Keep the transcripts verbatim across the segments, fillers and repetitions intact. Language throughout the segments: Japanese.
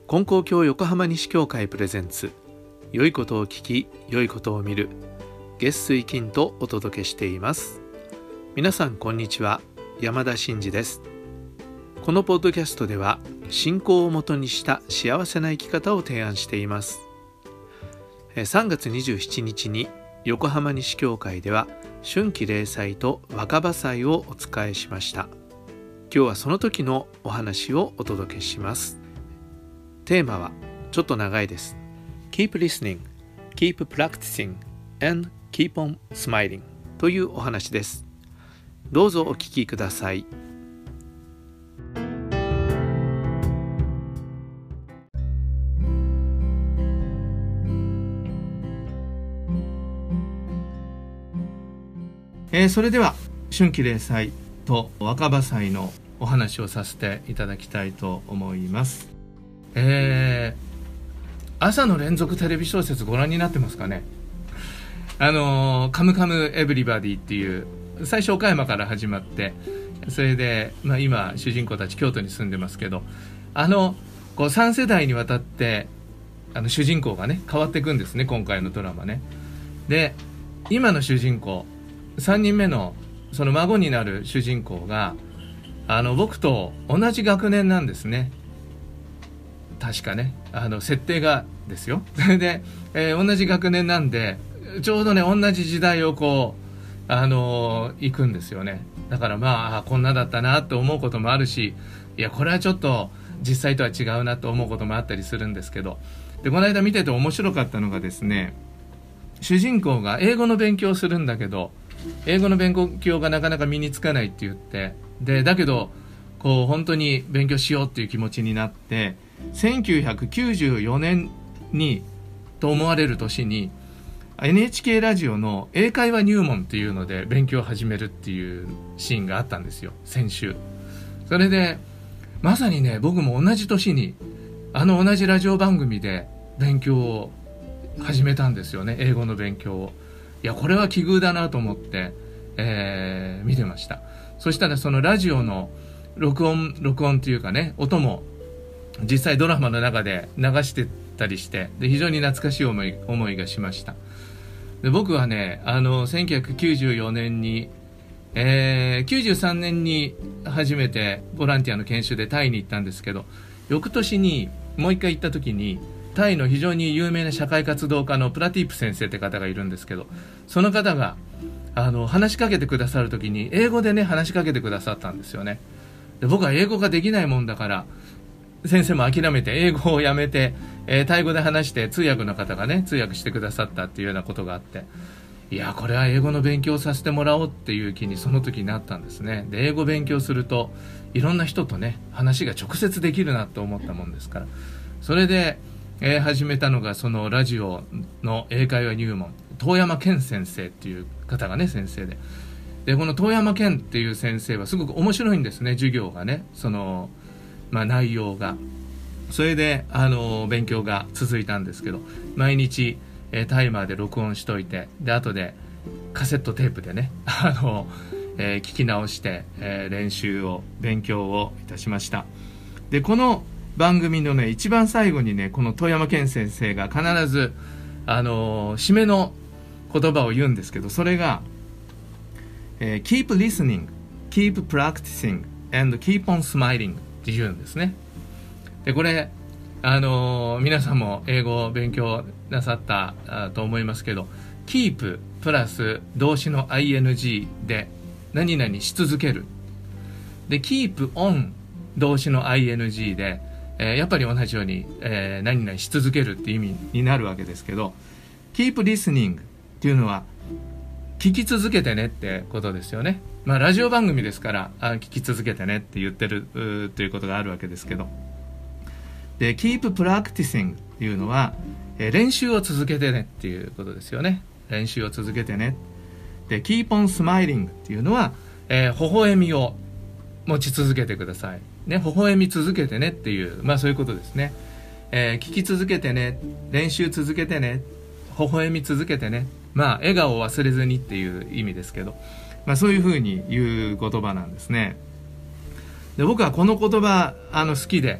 金光教横浜西教会プレゼンツ、良いことを聞き良いことを見る、月水金とお届けしています。皆さんこんにちは、山田真嗣です。このポッドキャストでは信仰をもとにした幸せな生き方を提案しています。さんがつにじゅうしちにちに横浜西教会では春季例祭と若葉祭をお伝えしました。今日はその時のお話をお届けします。テーマはちょっと長いです。 Keep listening, keep practicing, and keep on smiling というお話です。どうぞお聞きください。えー、それでは春季例祭と若葉祭のお話をさせていただきたいと思います。えー、朝の連続テレビ小説ご覧になってますかね。あのー、カムカムエブリバディっていう最初岡山から始まって、それで、まあ、今主人公たち京都に住んでますけど、あのこうさん世代にわたってあの主人公がね変わっていくんですね、今回のドラマね。で今の主人公さんにんめのその孫になる主人公があの僕と同じ学年なんですね、確かね、あの設定がですよ。それで、えー、同じ学年なんでちょうどね同じ時代をこうあのー、行くんですよね。だからまあこんなだったなと思うこともあるし、いやこれはちょっと実際とは違うなと思うこともあったりするんですけど、でこの間見てて面白かったのがですね、主人公が英語の勉強をするんだけど英語の勉強がなかなか身につかないって言って、でだけどこう本当に勉強しようっていう気持ちになって、せんきゅうひゃくきゅうじゅうよねんにと思われる年に エヌエイチケー ラジオの英会話入門っていうので勉強を始めるっていうシーンがあったんですよ、先週。それでまさにね、僕も同じ年にあの同じラジオ番組で勉強を始めたんですよね、英語の勉強を。いやこれは奇遇だなと思って、えー、見てました。そしたらそのラジオの録音録音っていうかね、音も実際ドラマの中で流してたりして、で非常に懐かしい思い思いがしました。で僕はねあのせんきゅうひゃくきゅうじゅうよねんに、えー、きゅうじゅうさんねんに初めてボランティアの研修でタイに行ったんですけど、翌年にもう一回行った時にタイの非常に有名な社会活動家のプラティープ先生って方がいるんですけど、その方があの話しかけてくださる時に英語でね話しかけてくださったんですよね。で僕は英語ができないもんだから先生も諦めて英語をやめて、えー、タイ語で話して通訳の方がね通訳してくださったっていうようなことがあって、いやこれは英語の勉強をさせてもらおうっていう気にその時になったんですね。で英語勉強するといろんな人とね話が直接できるなと思ったもんですから、それで、えー、始めたのがそのラジオの英会話入門、遠山健先生っていう方がね先生で、でこの遠山健っていう先生はすごく面白いんですね、授業がね、そのまあ、内容が。それであの勉強が続いたんですけど、毎日、えー、タイマーで録音しといて、で後でカセットテープでねあの、えー、聞き直して、えー、練習を勉強をいたしました。でこの番組のね一番最後にねこの遠山健先生が必ずあの締めの言葉を言うんですけど、それが、えー、Keep listening, keep practicing, and keep on smilingって言うんですね。でこれあのー、皆さんも英語を勉強なさったと思いますけど、 keep プラス動詞の アイエヌジー で何々し続ける、で keep on 動詞の アイエヌジー で、えー、やっぱり同じように、えー、何々し続けるっていう意味になるわけですけど、 keep listening っていうのは聞き続けてねってことですよね。まあラジオ番組ですからあ聞き続けてねって言ってるということがあるわけですけど、で keep practicing っていうのは、えー、練習を続けてねっていうことですよね。練習を続けてね。で keep on smiling っていうのは、えー、微笑みを持ち続けてくださいね、微笑み続けてねっていう、まあそういうことですね。えー、聞き続けてね、練習続けてね、微笑み続けてね、まあ笑顔を忘れずにっていう意味ですけど、まあ、そういうふうに言う言葉なんですね。で僕はこの言葉あの好きで、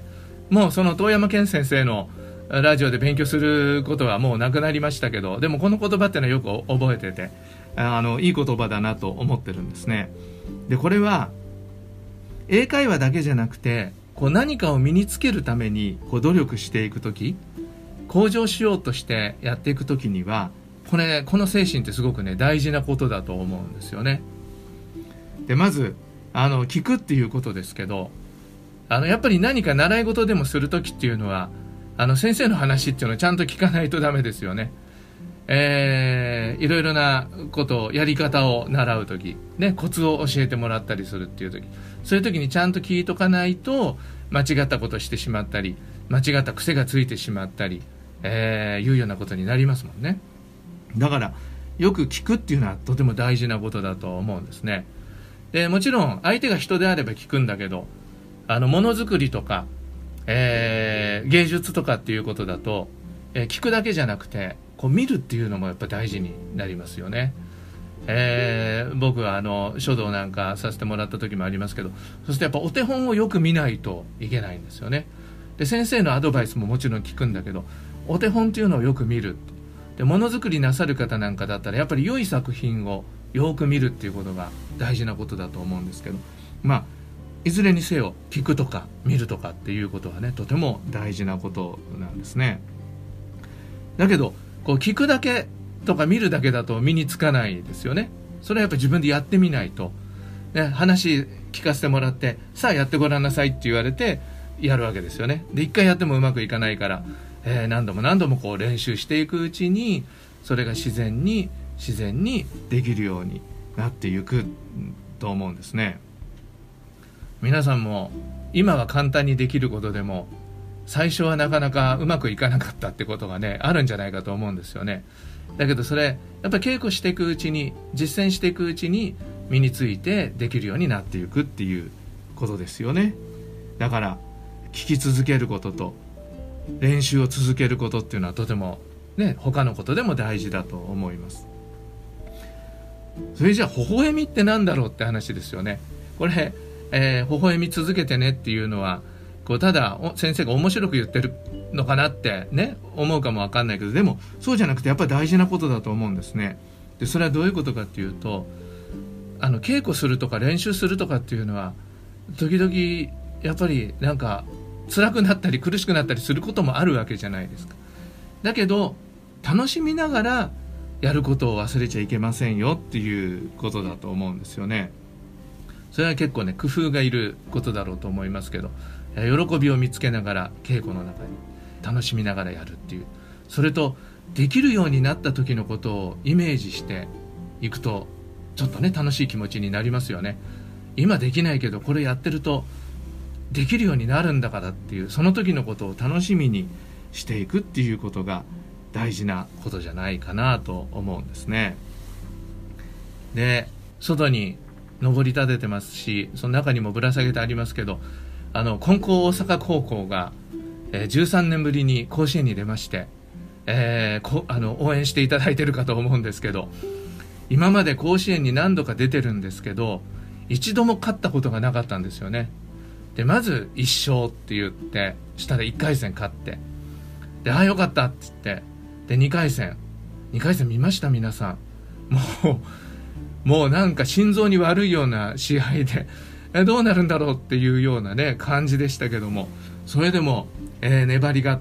もうその遠山健先生のラジオで勉強することはもうなくなりましたけど、でもこの言葉っていうのはよく覚えてて、あのいい言葉だなと思ってるんですね。でこれは英会話だけじゃなくて、こう何かを身につけるためにこう努力していくとき、向上しようとしてやっていくときには、これこの精神ってすごくね大事なことだと思うんですよね。でまずあの聞くっていうことですけど、あのやっぱり何か習い事でもするときっていうのは、あの先生の話っていうのをちゃんと聞かないとダメですよね。えー、いろいろなことをやり方を習うとき、ね、コツを教えてもらったりするっていうとき、そういうときにちゃんと聞いとかないと間違ったことをしてしまったり、間違った癖がついてしまったり、えー、いうようなことになりますもんね。だからよく聞くっていうのはとても大事なことだと思うんですね。でもちろん相手が人であれば聞くんだけど、あのものづくりとか、えー、芸術とかっていうことだと、えー、聞くだけじゃなくてこう見るっていうのもやっぱ大事になりますよね。えー、僕はあの書道なんかさせてもらった時もありますけど、そしてやっぱお手本をよく見ないといけないんですよね。で先生のアドバイスももちろん聞くんだけど、お手本っていうのをよく見る。でものづくりなさる方なんかだったらやっぱり良い作品をよく見るっていうことが大事なことだと思うんですけど、まあいずれにせよ聞くとか見るとかっていうことはね、とても大事なことなんですね。だけどこう聞くだけとか見るだけだと身につかないですよね。それはやっぱり自分でやってみないと、ね、話聞かせてもらってさあやってごらんなさいって言われてやるわけですよね。で一回やってもうまくいかないから、えー、何度も何度もこう練習していくうちにそれが自然に自然にできるようになっていくと思うんですね。皆さんも今は簡単にできることでも最初はなかなかうまくいかなかったってことがねあるんじゃないかと思うんですよね。だけどそれやっぱり稽古していくうちに、実践していくうちに身についてできるようになっていくっていうことですよね。だから聞き続けることと練習を続けることっていうのはとてもね他のことでも大事だと思います。それじゃあ微笑みってなんだろうって話ですよね。これ、えー、微笑み続けてねっていうのはこうただ先生が面白く言ってるのかなってね思うかもわかんないけど、でもそうじゃなくてやっぱり大事なことだと思うんですね。でそれはどういうことかっていうと、あの稽古するとか練習するとかっていうのは時々やっぱりなんか辛くなったり苦しくなったりすることもあるわけじゃないですか。だけど楽しみながらやることを忘れちゃいけませんよっていうことだと思うんですよね。それは結構ね工夫がいることだろうと思いますけど、喜びを見つけながら稽古の中に楽しみながらやるっていう、それとできるようになった時のことをイメージしていくとちょっとね楽しい気持ちになりますよね。今できないけどこれやってるとできるようになるんだからっていう、その時のことを楽しみにしていくっていうことが大事なことじゃないかなと思うんですね。で外に上り立ててますし、その中にもぶら下げてありますけど、あの金光大阪高校が、えー、じゅうさんねんぶりに甲子園に出まして、えー、こあの応援していただいてるかと思うんですけど、今まで甲子園に何度か出てるんですけど一度も勝ったことがなかったんですよね。でまずいっ勝って言ってしたらいっかい戦勝って、でああよかったって言って、でにかい戦にかい戦見ました皆さん。もうもうなんか心臓に悪いような試合でえどうなるんだろうっていうようなね感じでしたけども、それでも、えー、粘りがあって、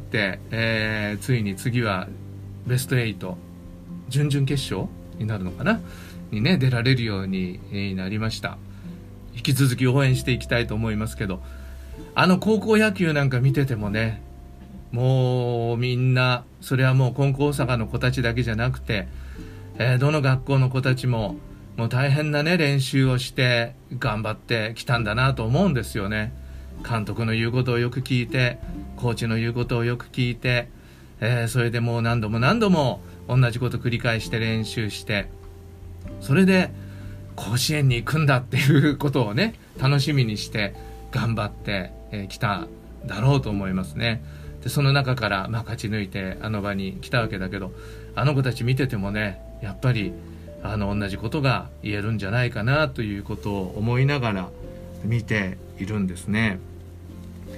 えー、ついに次はベストはち準々決勝になるのかなにね出られるようになりました。引き続き応援していきたいと思いますけど、あの高校野球なんか見ててもね、もうみんなそれはもう金光大阪の子たちだけじゃなくて、えー、どの学校の子たちももう大変なね練習をして頑張ってきたんだなと思うんですよね。監督の言うことをよく聞いて、コーチの言うことをよく聞いて、えー、それでもう何度も何度も同じこと繰り返して練習して、それで甲子園に行くんだっていうことをね楽しみにして頑張ってきただろうと思いますね。でその中から、まあ、勝ち抜いてあの場に来たわけだけど、あの子たち見ててもねやっぱりあの同じことが言えるんじゃないかなということを思いながら見ているんですね。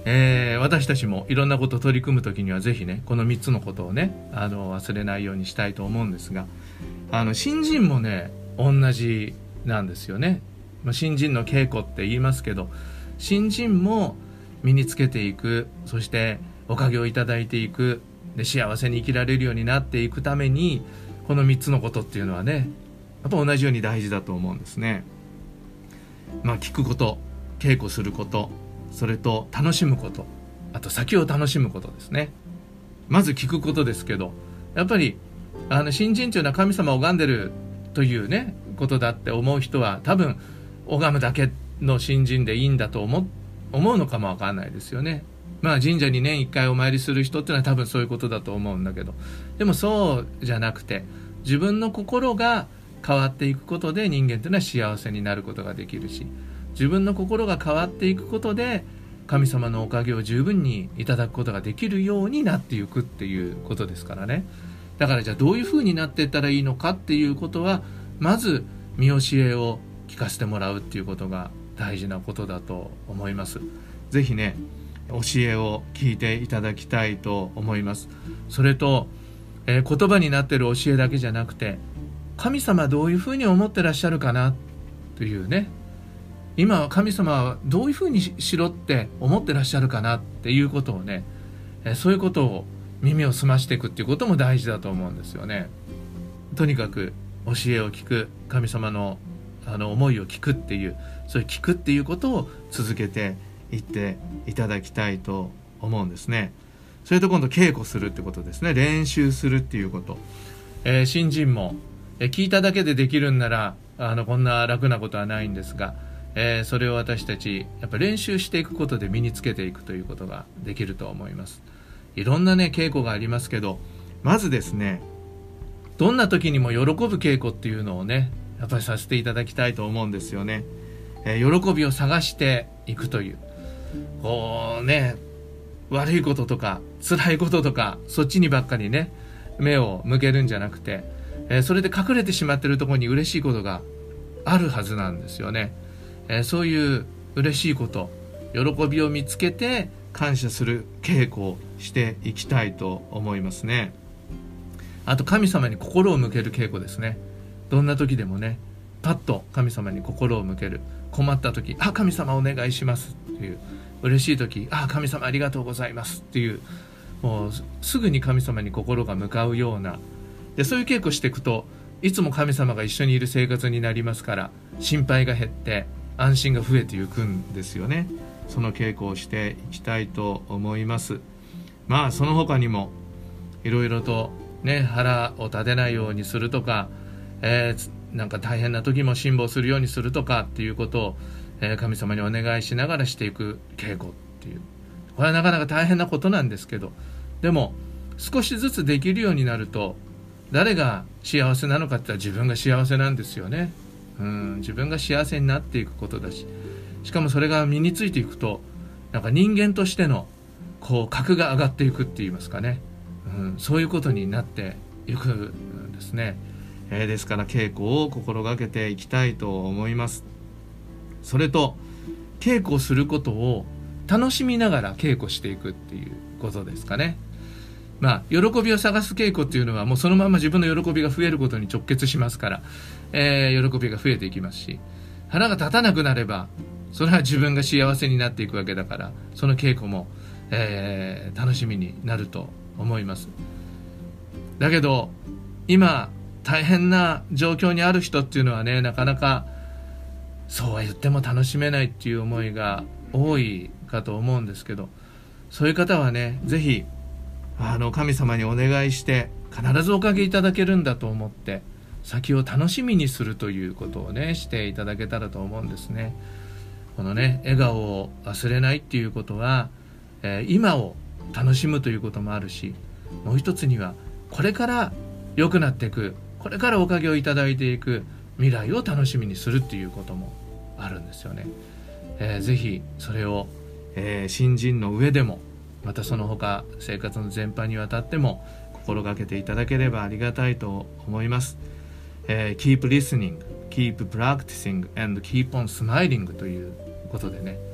えー、私たちもいろんなことを取り組むときにはぜひねこのみっつのことをねあの忘れないようにしたいと思うんですが、あの新人もね同じなんですよね。まあ、新人の稽古って言いますけど、新人も身につけていく、そしておかげをいただいていく、で幸せに生きられるようになっていくためにこのみっつのことっていうのはねやっぱ同じように大事だと思うんですね。まあ聞くこと、稽古すること、それと楽しむこと、あと先を楽しむことですね。まず聞くことですけど、やっぱりあの新人というのは神様を拝んでるというねことだって思う人は多分拝むだけの新人でいいんだと思う思うのかもわからないですよね。まあ神社に年いっかいお参りする人っていうのは多分そういうことだと思うんだけど、でもそうじゃなくて自分の心が変わっていくことで人間っていうのは幸せになることができるし、自分の心が変わっていくことで神様のおかげを十分にいただくことができるようになっていくっていうことですからね。だからじゃあどういうふうになっていったらいいのかっていうことは、まず見教えを聞かせてもらうっていうことが大事なことだと思います。ぜひね教えを聞いていただきたいと思います。それと、えー、言葉になっている教えだけじゃなくて、神様どういうふうに思ってらっしゃるかなというね、今神様はどういうふうにしろって思ってらっしゃるかなっていうことをね、えー、そういうことを耳を澄ましていくっていうことも大事だと思うんですよね。とにかく教えを聞く、神様のあの思いを聞くっていう、そういう聞くっていうことを続けていっていただきたいと思うんですね。それと今度稽古するってことですね。練習するっていうこと、えー、新人も、えー、聞いただけでできるんならあのこんな楽なことはないんですが、えー、それを私たちやっぱ練習していくことで身につけていくということができると思います。いろんなね稽古がありますけど、まずですねどんな時にも喜ぶ稽古っていうのをねやっぱりさせていただきたいと思うんですよね。えー、喜びを探していくという、こうね悪いこととか辛いこととかそっちにばっかりね目を向けるんじゃなくて、えー、それで隠れてしまっているところに嬉しいことがあるはずなんですよね。えー、そういう嬉しいこと、喜びを見つけて感謝する稽古をしていきたいと思いますね。あと神様に心を向ける稽古ですね。どんな時でもねパッと神様に心を向ける。困った時、あ神様お願いしますっていう、嬉しい時、あ神様ありがとうございますっていう、もうすぐに神様に心が向かうような、でそういう稽古していくといつも神様が一緒にいる生活になりますから、心配が減って安心が増えていくんですよね。その稽古をしていきたいと思います。まあその他にもいろいろとね腹を立てないようにするとか、えー、なんか大変な時も辛抱するようにするとかっていうことを、えー、神様にお願いしながらしていく稽古っていう、これはなかなか大変なことなんですけど、でも少しずつできるようになると誰が幸せなのかって言ったら自分が幸せなんですよね。うん、自分が幸せになっていくことだし、しかもそれが身についていくとなんか人間としてのこう格が上がっていくって言いますかね、うん、そういうことになっていくんですね。えー、ですから稽古を心がけていきたいと思います。それと稽古をすることを楽しみながら稽古していくっていうことですかね。まあ喜びを探す稽古っていうのはもうそのまま自分の喜びが増えることに直結しますから、えー、喜びが増えていきますし、腹が立たなくなればそれは自分が幸せになっていくわけだから、その稽古も、えー、楽しみになると思います。だけど今大変な状況にある人っていうのはね、なかなかそうは言っても楽しめないっていう思いが多いかと思うんですけど、そういう方はねぜひあの神様にお願いして必ずおかげいただけるんだと思って先を楽しみにするということをねしていただけたらと思うんですね。このね笑顔を忘れないっていうことは、えー、今を楽しむということもあるし、もう一つにはこれから良くなっていく、これからおかげをいただいていく未来を楽しみにするっていうこともあるんですよね。えー、ぜひそれを、えー、新人の上でもまたその他生活の全般にわたっても心がけていただければありがたいと思います。えー、keep listening, keep practicing and keep on smiling ということでね、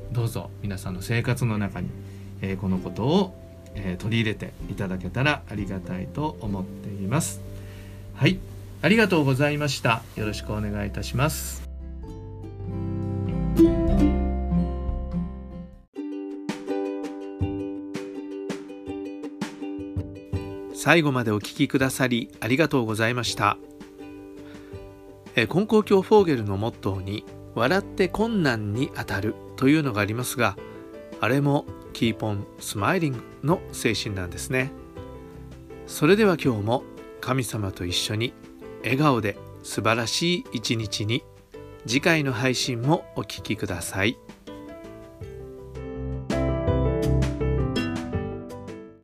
どうぞ皆さんの生活の中に、えー、このことを、えー、取り入れていただけたらありがたいと思っています。はい、ありがとうございました。よろしくお願いいたします。最後までお聞きくださりありがとうございました。え金光教フォーゲルのモットーに笑って困難に当たるというのがありますが、あれもKeep on Smilingの精神なんですね。それでは今日も神様と一緒に笑顔で素晴らしい一日に。次回の配信もお聞きください。